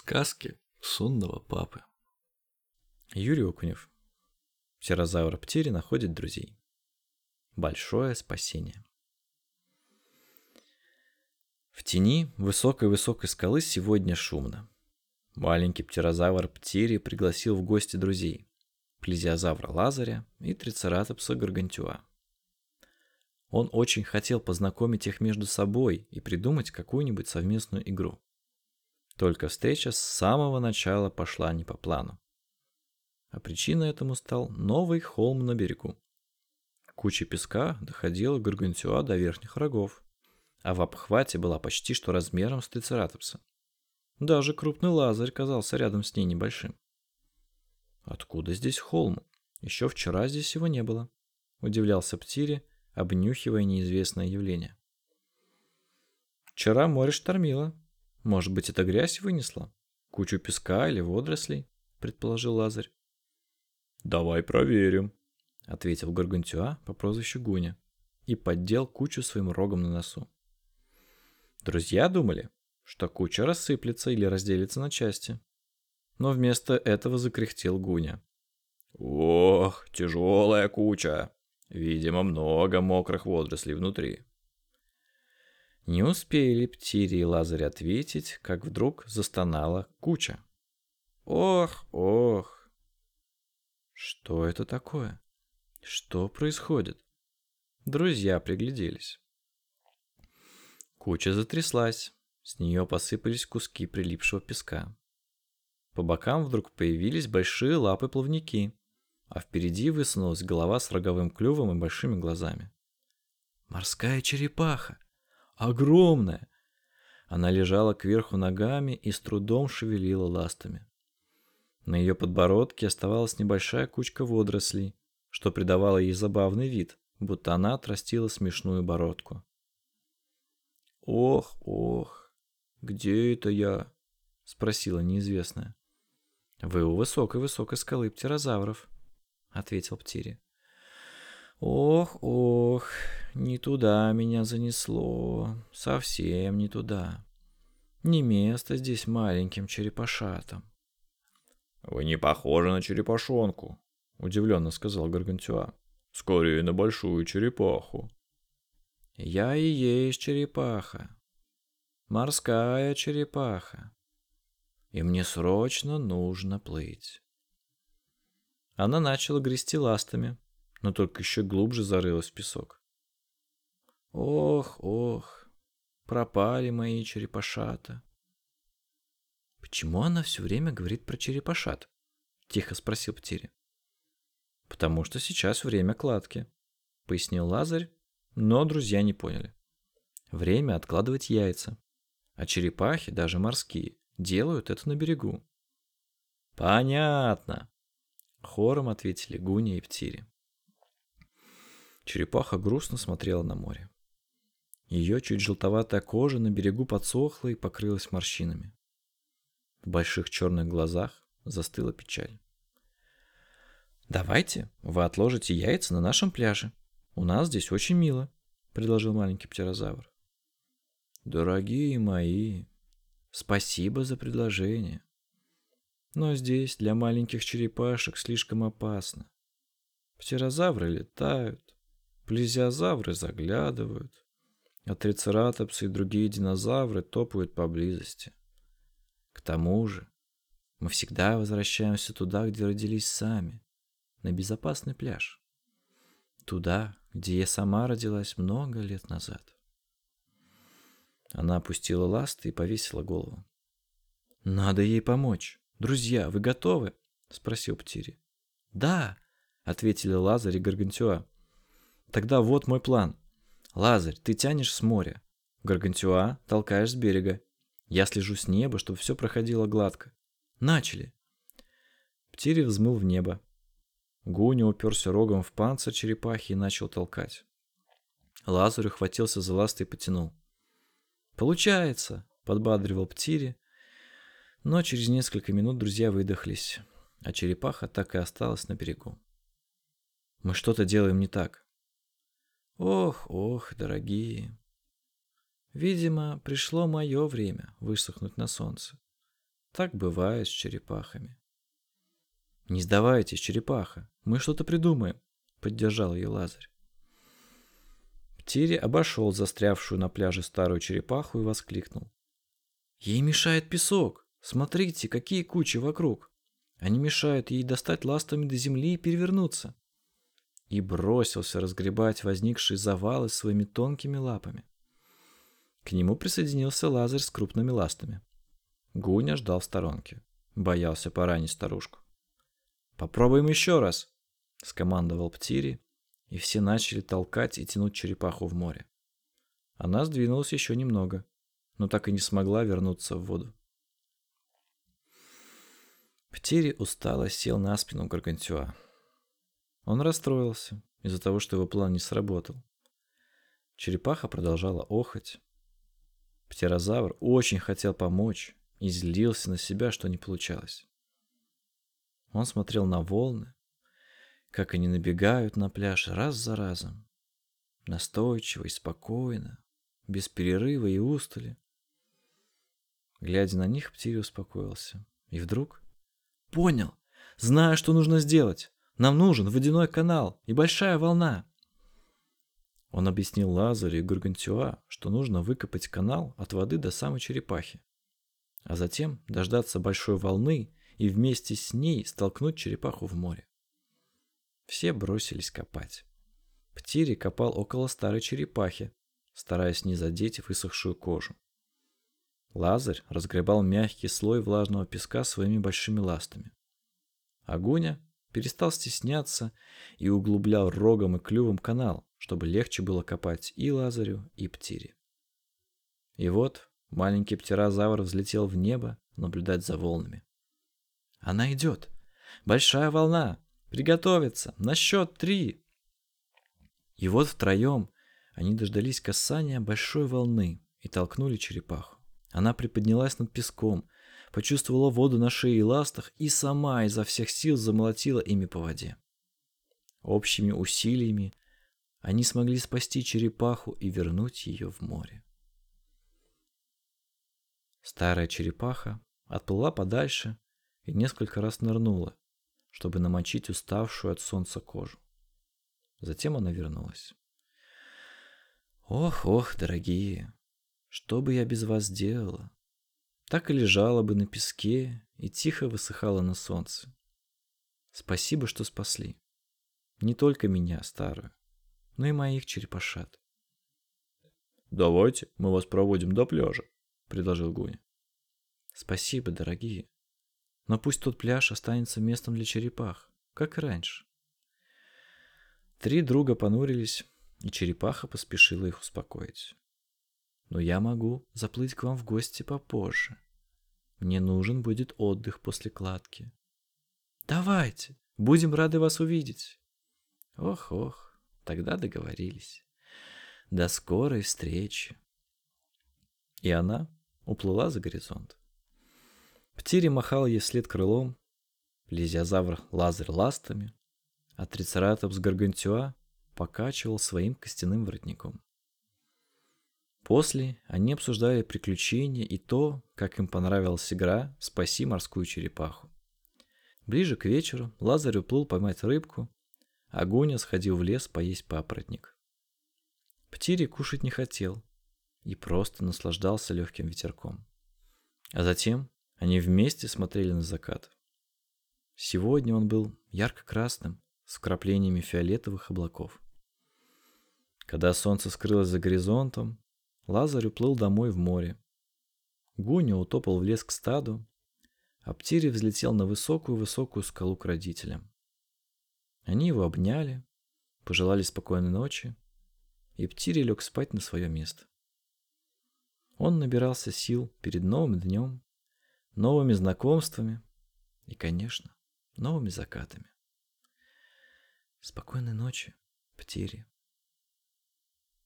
Сказки сонного папы. Юрий Окунев. Птерозавр Птири находит друзей. Большое спасение. В тени высокой-высокой скалы сегодня шумно. Маленький птерозавр Птири пригласил в гости друзей. Плезиозавра Лазаря и трицератопса Гаргантюа. Он очень хотел познакомить их между собой и придумать какую-нибудь совместную игру. Только встреча с самого начала пошла не по плану. А причиной этому стал новый холм на берегу. Куча песка доходила Гаргантюа до верхних рогов, а в обхвате была почти что размером с трицератопса. Даже крупный Лазарь казался рядом с ней небольшим. «Откуда здесь холм? Еще вчера здесь его не было», — удивлялся Птири, обнюхивая неизвестное явление. «Вчера море штормило. Может быть, это грязь вынесла? Кучу песка или водорослей?» — предположил Лазарь. «Давай проверим», — ответил Гаргантюа по прозвищу Гуня и поддел кучу своим рогом на носу. Друзья думали, что куча рассыплется или разделится на части. Но вместо этого закряхтел Гуня. «Ох, тяжелая куча! Видимо, много мокрых водорослей внутри». Не успели Птири и Лазарь ответить, как вдруг застонала куча. «Ох, ох!» Что это такое? Что происходит? Друзья пригляделись. Куча затряслась, с нее посыпались куски прилипшего песка. По бокам вдруг появились большие лапы-плавники, а впереди высунулась голова с роговым клювом и большими глазами. Морская черепаха! Огромная! Она лежала кверху ногами и с трудом шевелила ластами. На ее подбородке оставалась небольшая кучка водорослей, что придавало ей забавный вид, будто она отрастила смешную бородку. «Ох, ох, где это я?» — спросила неизвестная. «Вы у высокой-высокой скалы птерозавров», — ответил Птири. «Ох, ох, не туда меня занесло, совсем не туда. Не место здесь маленьким черепашатам». «Вы не похожи на черепашонку», — удивленно сказал Гаргантюа. «Скорее на большую черепаху». «Я и есть черепаха. Морская черепаха. И мне срочно нужно плыть». Она начала грести ластами, но только еще глубже зарылась в песок. «Ох, ох, пропали мои черепашата». «Почему она все время говорит про черепашат?» — тихо спросил Птири. «Потому что сейчас время кладки», — пояснил Лазарь, но друзья не поняли. Время откладывать яйца, а черепахи, даже морские, делают это на берегу. «Понятно», — хором ответили Гуня и Птири. Черепаха грустно смотрела на море. Ее чуть желтоватая кожа на берегу подсохла и покрылась морщинами. В больших черных глазах застыла печаль. «Давайте вы отложите яйца на нашем пляже. У нас здесь очень мило», — предложил маленький птерозавр. «Дорогие мои, спасибо за предложение. Но здесь для маленьких черепашек слишком опасно. Птерозавры летают, плезиозавры заглядывают, а трицератопсы и другие динозавры топают поблизости. К тому же мы всегда возвращаемся туда, где родились сами, на безопасный пляж. Туда, где я сама родилась много лет назад». Она опустила ласты и повесила голову. «Надо ей помочь. Друзья, вы готовы?» — спросил Птири. «Да», — ответили Лазарь и Гаргантюа. «Тогда вот мой план. Лазарь, ты тянешь с моря. Гаргантюа толкаешь с берега. Я слежу с неба, чтобы все проходило гладко. Начали!» Птири взмыл в небо. Гуня уперся рогом в панцирь черепахи и начал толкать. Лазарь ухватился за ласты и потянул. «Получается!» — подбадривал Птири. Но через несколько минут друзья выдохлись, а черепаха так и осталась на берегу. «Мы что-то делаем не так». «Ох, ох, дорогие. Видимо, пришло мое время высохнуть на солнце. Так бывает с черепахами. «Не сдавайтесь, черепаха, мы что-то придумаем», — поддержал ее Лазарь. Птири обошел застрявшую на пляже старую черепаху и воскликнул: «Ей мешает песок! Смотрите, какие кучи вокруг! Они мешают ей достать ластами до земли и перевернуться!» И бросился разгребать возникшие завалы своими тонкими лапами. К нему присоединился Лазарь с крупными ластами. Гуня ждал в сторонке. Боялся поранить старушку. «Попробуем еще раз!» — скомандовал Птири, и все начали толкать и тянуть черепаху в море. Она сдвинулась еще немного, но так и не смогла вернуться в воду. Птири устало сел на спину Гаргантюа. Он расстроился из-за того, что его план не сработал. Черепаха продолжала охать. Птерозавр очень хотел помочь и злился на себя, что не получалось. Он смотрел на волны, как они набегают на пляж раз за разом, настойчиво и спокойно, без перерыва и устали. Глядя на них, Птири успокоился. И вдруг понял, знаю, что нужно сделать. Нам нужен водяной канал и большая волна. Он объяснил Лазарю и Гаргантюа, что нужно выкопать канал от воды до самой черепахи, а затем дождаться большой волны и вместе с ней столкнуть черепаху в море. Все бросились копать. Птири копал около старой черепахи, стараясь не задеть высохшую кожу. Лазарь разгребал мягкий слой влажного песка своими большими ластами. А Гуня перестал стесняться и углублял рогом и клювом канал, чтобы легче было копать и Лазарю, и Птири. И вот маленький птерозавр взлетел в небо наблюдать за волнами. «Она идет! Большая волна! Приготовиться! На счет 3!» И вот втроем они дождались касания большой волны и толкнули черепаху. Она приподнялась над песком, почувствовала воду на шее и ластах и сама изо всех сил замолотила ими по воде. Общими усилиями они смогли спасти черепаху и вернуть ее в море. Старая черепаха отплыла подальше и несколько раз нырнула, чтобы намочить уставшую от солнца кожу. Затем она вернулась. «Ох, ох, дорогие, что бы я без вас делала? Так и лежала бы на песке и тихо высыхала на солнце. Спасибо, что спасли. Не только меня, старую, но и моих черепашат». «Давайте мы вас проводим до пляжа», — предложил Гуня. «Спасибо, дорогие. Но пусть тот пляж останется местом для черепах, как и раньше». Три друга понурились, и черепаха поспешила их успокоить. «Но я могу заплыть к вам в гости попозже. Мне нужен будет отдых после кладки». «Давайте, будем рады вас увидеть». «Ох, тогда договорились. До скорой встречи». И она уплыла за горизонт. Птири махал ей вслед крылом, плезиозавр Лазарь ластами, а трицератопс Гаргантюа покачивал своим костяным воротником. После они обсуждали приключения и то, как им понравилась игра «Спаси морскую черепаху». Ближе к вечеру Лазарь уплыл поймать рыбку, а Гуня сходил в лес поесть папоротник. Птири кушать не хотел и просто наслаждался легким ветерком. А затем они вместе смотрели на закат. Сегодня он был ярко-красным, с вкраплениями фиолетовых облаков. Когда солнце скрылось за горизонтом, Лазарь уплыл домой в море. Гуня утопал в лес к стаду, а Птири взлетел на высокую-высокую скалу к родителям. Они его обняли, пожелали спокойной ночи, и Птири лег спать на свое место. Он набирался сил перед новым днем, новыми знакомствами и, конечно, новыми закатами. Спокойной ночи, Птири.